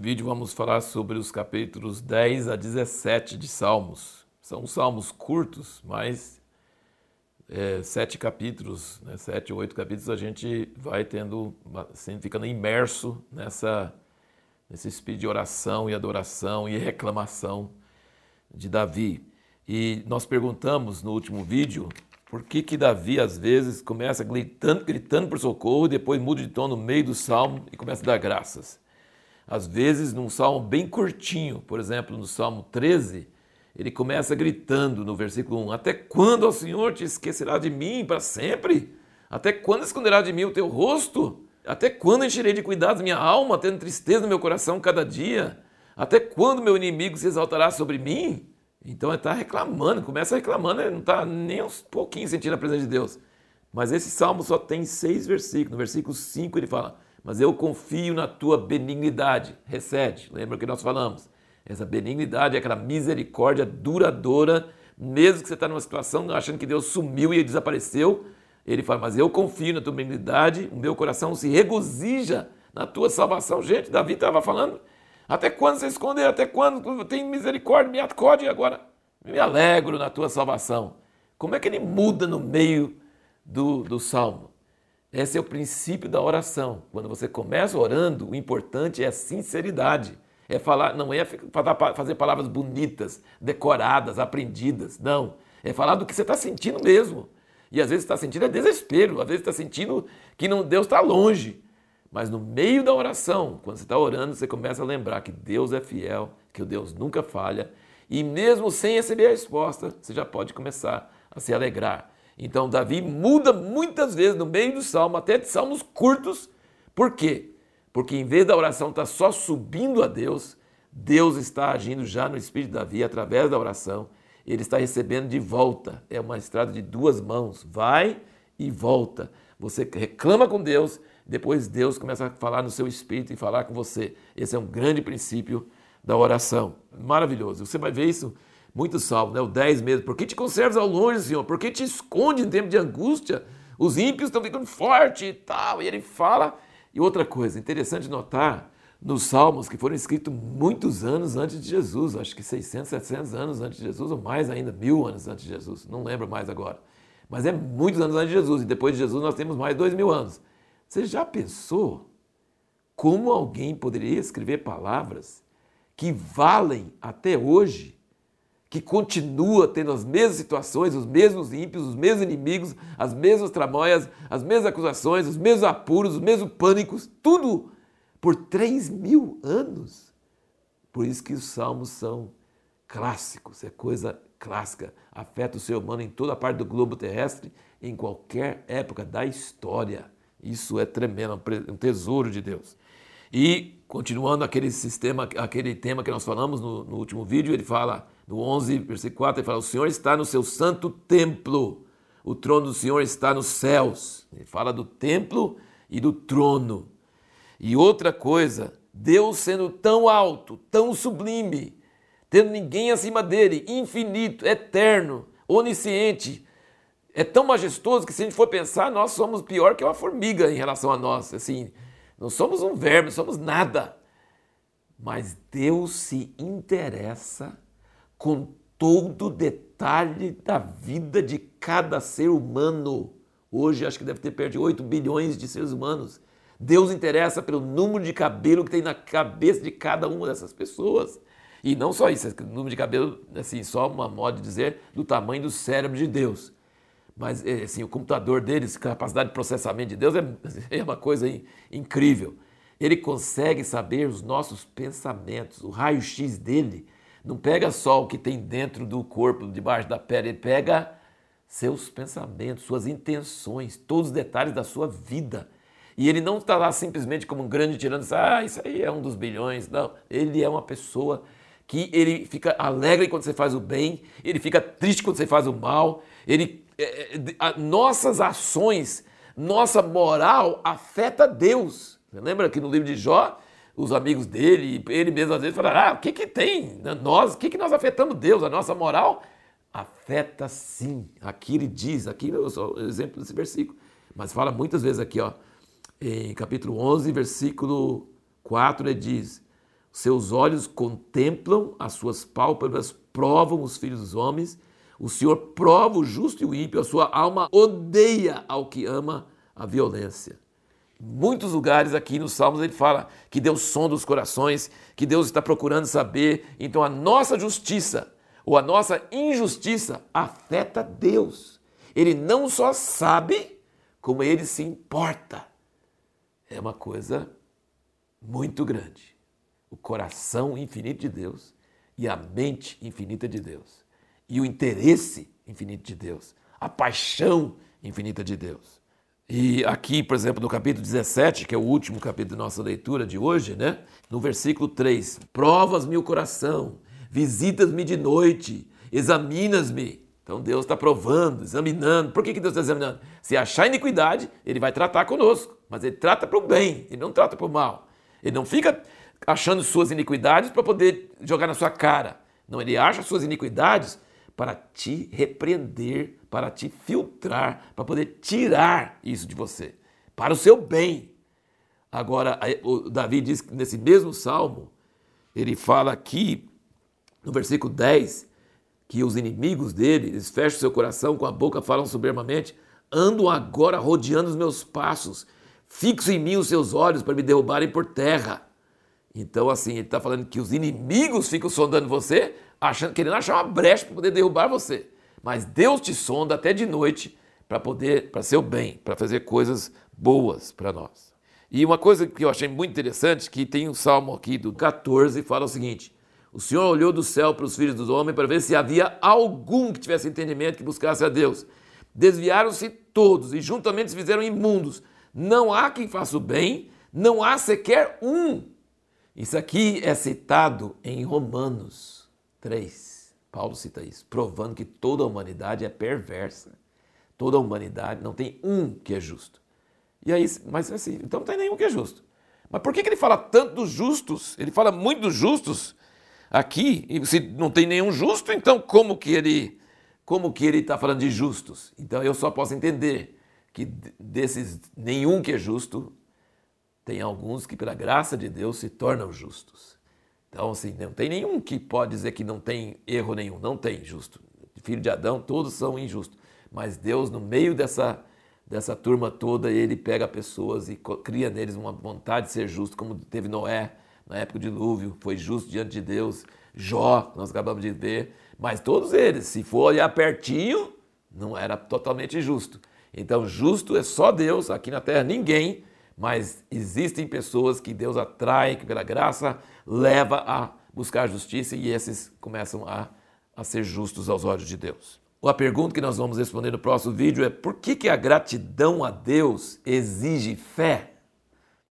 vídeo vamos falar sobre os capítulos 10 a 17 de Salmos. São salmos curtos, mas 7 capítulos, 7 ou 8 capítulos, a gente vai tendo, assim, ficando imerso nesse espírito de oração e adoração e reclamação de Davi. E nós perguntamos no último vídeo por que Davi às vezes começa gritando por socorro e depois muda de tom no meio do salmo e começa a dar graças. Às vezes, num salmo bem curtinho, por exemplo, no Salmo 13, ele começa gritando no versículo 1: Até quando, ó Senhor, te esquecerá de mim para sempre? Até quando esconderá de mim o teu rosto? Até quando encherei de cuidados minha alma, tendo tristeza no meu coração cada dia? Até quando meu inimigo se exaltará sobre mim? Então ele está reclamando, começa reclamando, ele não está nem um pouquinho sentindo a presença de Deus. Mas esse salmo só tem 6 versículos. No versículo 5 ele fala: Mas eu confio na tua benignidade. Recede, lembra o que nós falamos? Essa benignidade é aquela misericórdia duradoura, mesmo que você está numa situação achando que Deus sumiu e desapareceu. Ele fala: Mas eu confio na tua benignidade, o meu coração se regozija na tua salvação. Gente, Davi estava falando: Até quando você esconder? Até quando tem misericórdia? Me acode agora. Me alegro na tua salvação. Como é que ele muda no meio do salmo? Esse é o princípio da oração. Quando você começa orando, o importante é a sinceridade. É falar, não é fazer palavras bonitas, decoradas, aprendidas. Não. É falar do que você está sentindo mesmo. E às vezes você está sentindo desespero, às vezes está sentindo que Deus está longe. Mas no meio da oração, quando você está orando, você começa a lembrar que Deus é fiel, que o Deus nunca falha. E mesmo sem receber a resposta, você já pode começar a se alegrar. Então Davi muda muitas vezes no meio do salmo, até de salmos curtos. Por quê? Porque em vez da oração estar só subindo a Deus, Deus está agindo já no espírito de Davi através da oração. Ele está recebendo de volta. É uma estrada de 2 mãos. Vai e volta. Você reclama com Deus, depois Deus começa a falar no seu espírito e falar com você. Esse é um grande princípio da oração. Maravilhoso. Você vai ver isso muito salmo, o 10 mesmo. Por que te conservas ao longe, Senhor? Por que te esconde em tempo de angústia? Os ímpios estão ficando fortes e tal. E ele fala. E outra coisa, interessante notar nos salmos que foram escritos muitos anos antes de Jesus. Acho que 600, 700 anos antes de Jesus, ou mais ainda, 1000 anos antes de Jesus. Não lembro mais agora. Mas é muitos anos antes de Jesus. E depois de Jesus nós temos mais 2000 anos. Você já pensou como alguém poderia escrever palavras que valem até hoje, que continua tendo as mesmas situações, os mesmos ímpios, os mesmos inimigos, as mesmas tramóias, as mesmas acusações, os mesmos apuros, os mesmos pânicos, tudo por 3000 anos? Por isso que os salmos são clássicos, é coisa clássica, afeta o ser humano em toda a parte do globo terrestre, em qualquer época da história. Isso é tremendo, um tesouro de Deus. E, continuando aquele tema que nós falamos no último vídeo, ele fala, no 11, versículo 4, ele fala: O Senhor está no seu santo templo, o trono do Senhor está nos céus. Ele fala do templo e do trono. E outra coisa, Deus sendo tão alto, tão sublime, tendo ninguém acima dele, infinito, eterno, onisciente, é tão majestoso que, se a gente for pensar, nós somos pior que uma formiga em relação a nós. Assim, não somos um verme, somos nada. Mas Deus se interessa com todo o detalhe da vida de cada ser humano. Hoje acho que deve ter perto de 8 bilhões de seres humanos. Deus interessa pelo número de cabelo que tem na cabeça de cada uma dessas pessoas. E não só isso, o número de cabelo, assim, só uma moda de dizer, do tamanho do cérebro de Deus. Mas assim, o computador deles, a capacidade de processamento de Deus é uma coisa incrível. Ele consegue saber os nossos pensamentos. O raio-x dele não pega só o que tem dentro do corpo, debaixo da pele, ele pega seus pensamentos, suas intenções, todos os detalhes da sua vida. E ele não está lá simplesmente como um grande tirano, isso aí é um dos bilhões. Não, ele é uma pessoa que ele fica alegre quando você faz o bem, ele fica triste quando você faz o mal, nossas ações, nossa moral afeta Deus. Você lembra que no livro de Jó, os amigos dele, ele mesmo às vezes falaram: o que tem? O que nós afetamos Deus? A nossa moral afeta sim. Aqui ele diz, aqui é o exemplo desse versículo, mas fala muitas vezes aqui, em capítulo 11, versículo 4, ele diz: Seus olhos contemplam, as suas pálpebras provam os filhos dos homens. O Senhor prova o justo e o ímpio, a sua alma odeia ao que ama a violência. Em muitos lugares aqui nos Salmos ele fala que Deus sonda os corações, que Deus está procurando saber. Então a nossa justiça ou a nossa injustiça afeta Deus. Ele não só sabe, como ele se importa. É uma coisa muito grande. O coração infinito de Deus e a mente infinita de Deus. E o interesse infinito de Deus. A paixão infinita de Deus. E aqui, por exemplo, no capítulo 17, que é o último capítulo da nossa leitura de hoje, né? No versículo 3, provas-me o coração, visitas-me de noite, examinas-me. Então Deus está provando, examinando. Por que Deus está examinando? Se achar iniquidade, Ele vai tratar conosco, mas Ele trata para o bem, Ele não trata para o mal. Ele não fica achando suas iniquidades para poder jogar na sua cara. Não, Ele acha suas iniquidades para te repreender, para te filtrar, para poder tirar isso de você, para o seu bem. Agora, o Davi diz que nesse mesmo salmo, ele fala aqui, no versículo 10, que os inimigos dele, eles fecham seu coração, com a boca falam soberbamente, andam agora rodeando os meus passos, fixam em mim os seus olhos para me derrubarem por terra. Então, assim, ele está falando que os inimigos ficam sondando você, querendo achar uma brecha para poder derrubar você. Mas Deus te sonda até de noite para seu bem, para fazer coisas boas para nós. E uma coisa que eu achei muito interessante, que tem um salmo aqui do 14, fala o seguinte: o Senhor olhou do céu para os filhos dos homens para ver se havia algum que tivesse entendimento, que buscasse a Deus. Desviaram-se todos e juntamente se fizeram imundos. Não há quem faça o bem, não há sequer um. Isso aqui é citado em Romanos 3. Paulo cita isso, provando que toda a humanidade é perversa. Toda a humanidade não tem um que é justo. E aí, mas assim, então não tem nenhum que é justo. Mas por que ele fala tanto dos justos? Ele fala muito dos justos aqui, e se não tem nenhum justo, então como que ele está falando de justos? Então eu só posso entender que desses nenhum que é justo, tem alguns que pela graça de Deus se tornam justos. Então assim, não tem nenhum que pode dizer que não tem erro nenhum, não tem justo. Filho de Adão, todos são injustos. Mas Deus, no meio dessa turma toda, Ele pega pessoas e cria neles uma vontade de ser justo, como teve Noé na época do dilúvio, foi justo diante de Deus. Jó, nós acabamos de ver. Mas todos eles, se for olhar pertinho, não era totalmente justo. Então justo é só Deus, aqui na terra ninguém, mas existem pessoas que Deus atrai, que pela graça leva a buscar justiça e esses começam a ser justos aos olhos de Deus. A pergunta que nós vamos responder no próximo vídeo é: por que a gratidão a Deus exige fé?